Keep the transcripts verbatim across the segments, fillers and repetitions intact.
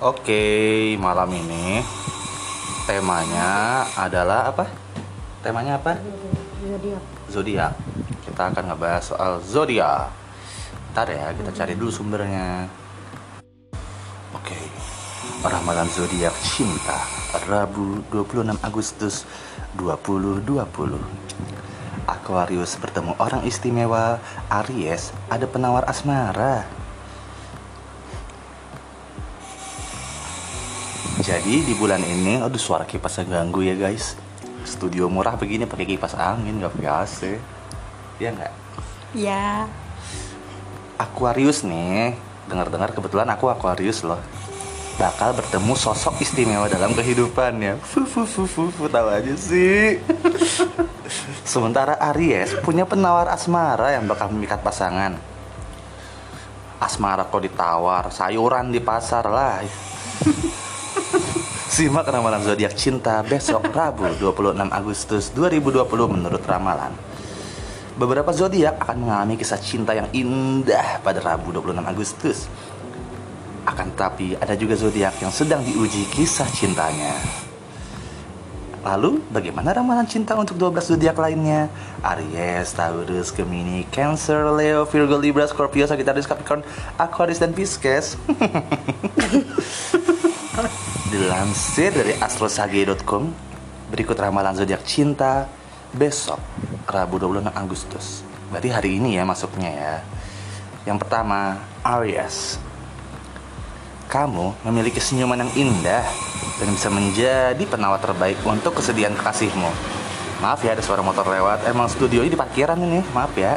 Oke, malam ini temanya adalah apa? Temanya apa? Zodiak. Zodiak. Kita akan ngebahas soal zodiak. Ntar ya, kita cari dulu sumbernya. Oke. Ramalan zodiak cinta Rabu dua puluh enam Agustus dua ribu dua puluh. Aquarius bertemu orang istimewa. Aries ada penawar asmara. Jadi di bulan ini, aduh suara kipasnya ganggu ya guys. Studio murah begini pakai kipas angin, nggak pakai A C. Ya nggak? Ya. Aquarius nih, dengar-dengar kebetulan aku Aquarius loh. Bakal bertemu sosok istimewa dalam kehidupannya. Fuh, fuh, fuh, fuh, fuh, tahu aja sih. Sementara Aries punya penawar asmara yang bakal memikat pasangan. Asmara kok ditawar, sayuran di pasar lah. Simak ramalan zodiak cinta besok Rabu dua puluh enam Agustus dua ribu dua puluh menurut ramalan. Beberapa zodiak akan mengalami kisah cinta yang indah pada Rabu dua puluh enam Agustus. Akan tetapi ada juga zodiak yang sedang diuji kisah cintanya. Lalu bagaimana ramalan cinta untuk dua belas zodiak lainnya? Aries, Taurus, Gemini, Cancer, Leo, Virgo, Libra, Scorpio, Sagittarius, Capricorn, Aquarius dan Pisces. Dilansir dari astrosage dot com, berikut ramalan zodiak cinta besok Rabu dua puluh enam Agustus. Berarti hari ini ya masuknya ya. Yang pertama, Aries. Kamu memiliki senyuman yang indah dan bisa menjadi penawar terbaik untuk kesedihan kekasihmu. Maaf ya ada suara motor lewat. Emang studio ini di parkiran ini, maaf ya.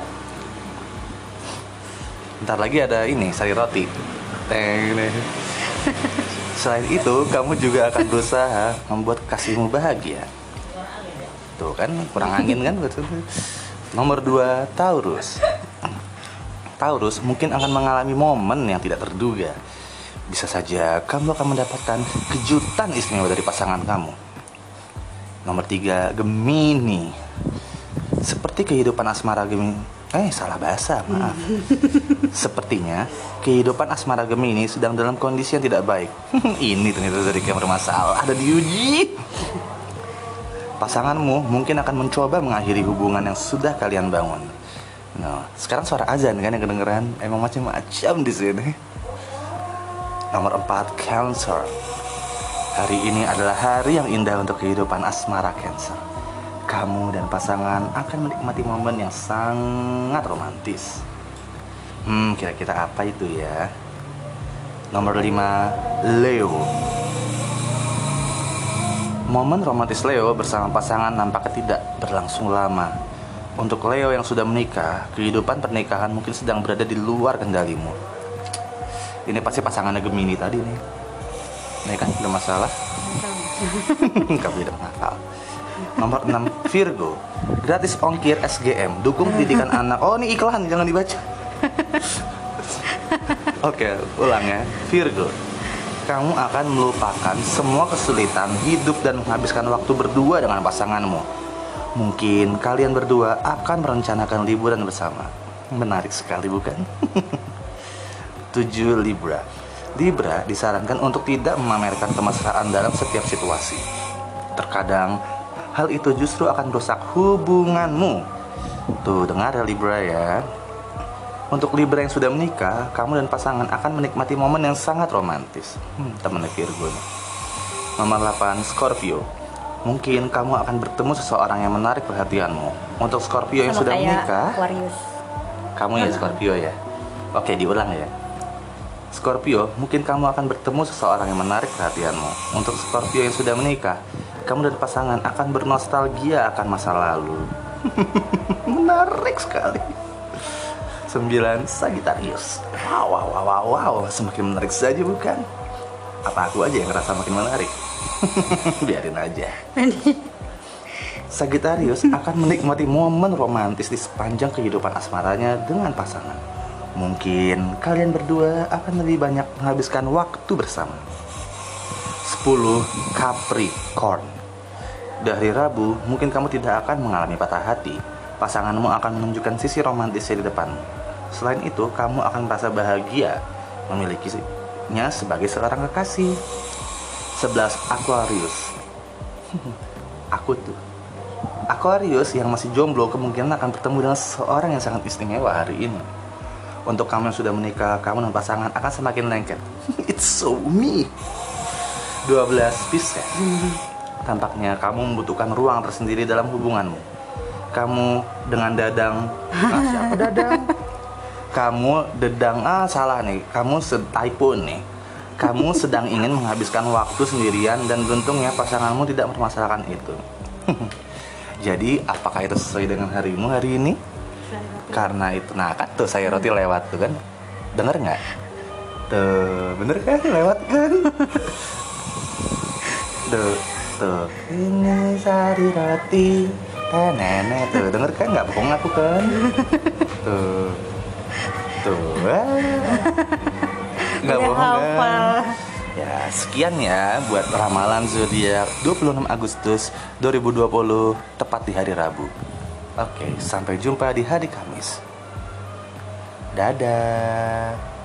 Ntar lagi ada ini, sari roti. Teng nih. Selain itu, kamu juga akan berusaha membuat kasihmu bahagia. Tuh kan, kurang angin kan? Nomor dua, Taurus. Taurus mungkin akan mengalami momen yang tidak terduga. Bisa saja kamu akan mendapatkan kejutan istimewa dari pasangan kamu. Nomor tiga, Gemini. Seperti kehidupan asmara Gemini. Eh, salah bahasa, maaf. Sepertinya kehidupan asmara Gemini sedang dalam kondisi yang tidak baik. Ini ternyata dari yang bermasalah, ada diuji. Pasanganmu mungkin akan mencoba mengakhiri hubungan yang sudah kalian bangun. Nah, sekarang suara azan kan yang kedengeran. Emang macam-macam di sini. Nomor empat, Cancer. Hari ini adalah hari yang indah untuk kehidupan asmara Cancer. Kamu dan pasangan akan menikmati momen yang sangat romantis. Hmm, kira-kira apa itu ya? Nomor lima, Leo. Momen romantis Leo bersama pasangan nampaknya tidak berlangsung lama. Untuk Leo yang sudah menikah, kehidupan pernikahan mungkin sedang berada di luar kendalimu. Ini pasti pasangannya Gemini tadi nih. Ini kan udah masalah. Kamu tidak menghafal. Nomor enam, Virgo. Gratis ongkir S G M, dukung pendidikan anak. Oh, ini iklan, jangan dibaca. Oke, ulang ya. Virgo. Kamu akan melupakan semua kesulitan hidup dan menghabiskan waktu berdua dengan pasanganmu. Mungkin kalian berdua akan merencanakan liburan bersama. Menarik sekali, bukan? tujuh, Libra. Libra disarankan untuk tidak memamerkan kemesraan dalam setiap situasi. Terkadang hal itu justru akan merusak hubunganmu. Tuh, dengar ya Libra ya. Untuk Libra yang sudah menikah, kamu dan pasangan akan menikmati momen yang sangat romantis. Hmm, temennya Virgo nih. Nomor delapan, Scorpio. Mungkin kamu akan bertemu seseorang yang menarik perhatianmu. Untuk Scorpio yang Sama sudah kayak menikah, Aquarius. kamu ya Scorpio ya. Oke, diulang ya. Scorpio, mungkin kamu akan bertemu seseorang yang menarik perhatianmu. Untuk Scorpio yang sudah menikah, kamu dan pasangan akan bernostalgia akan masa lalu. Menarik sekali. Sembilan, Sagittarius. Wow, wow, wow, wow, wow. Semakin menarik saja bukan? Apa aku aja yang ngerasa makin menarik? Biarin aja. Sagittarius akan menikmati momen romantis di sepanjang kehidupan asmaranya dengan pasangan. Mungkin kalian berdua akan lebih banyak menghabiskan waktu bersama. Sepuluh, Capricorn. Dari Rabu, mungkin kamu tidak akan mengalami patah hati. Pasanganmu akan menunjukkan sisi romantisnya di depanmu. Selain itu, kamu akan merasa bahagia memiliki Sifatnya sebagai seorang kekasih. Sebelas Aquarius. Aku tuh Aquarius yang masih jomblo kemungkinan akan bertemu dengan seseorang yang sangat istimewa hari ini. Untuk kamu yang sudah menikah, kamu dan pasangan akan semakin lengket. It's so me. dua belas Pisces. Tampaknya kamu membutuhkan ruang tersendiri dalam hubunganmu. Kamu dengan Dadang. Nah, siapa Dadang? Kamu Dedang, ah salah nih. Kamu typo nih. Kamu sedang ingin menghabiskan waktu sendirian dan beruntungnya pasanganmu tidak mempermasalahkan itu. Jadi, apakah itu sesuai dengan harimu hari ini? Karena itu, nah kan tuh saya roti lewat tuh kan, denger nggak? Tuh, bener kan lewat kan? Tuh, tuh. Ini sari roti, eh nenek tuh, denger kan nggak bohong aku kan? Tuh, tuh, nggak bohong kan? Ya, sekian ya buat ramalan zodiak dua puluh enam Agustus dua ribu dua puluh tepat di hari Rabu. Oke, sampai jumpa di hari Kamis. Dadah.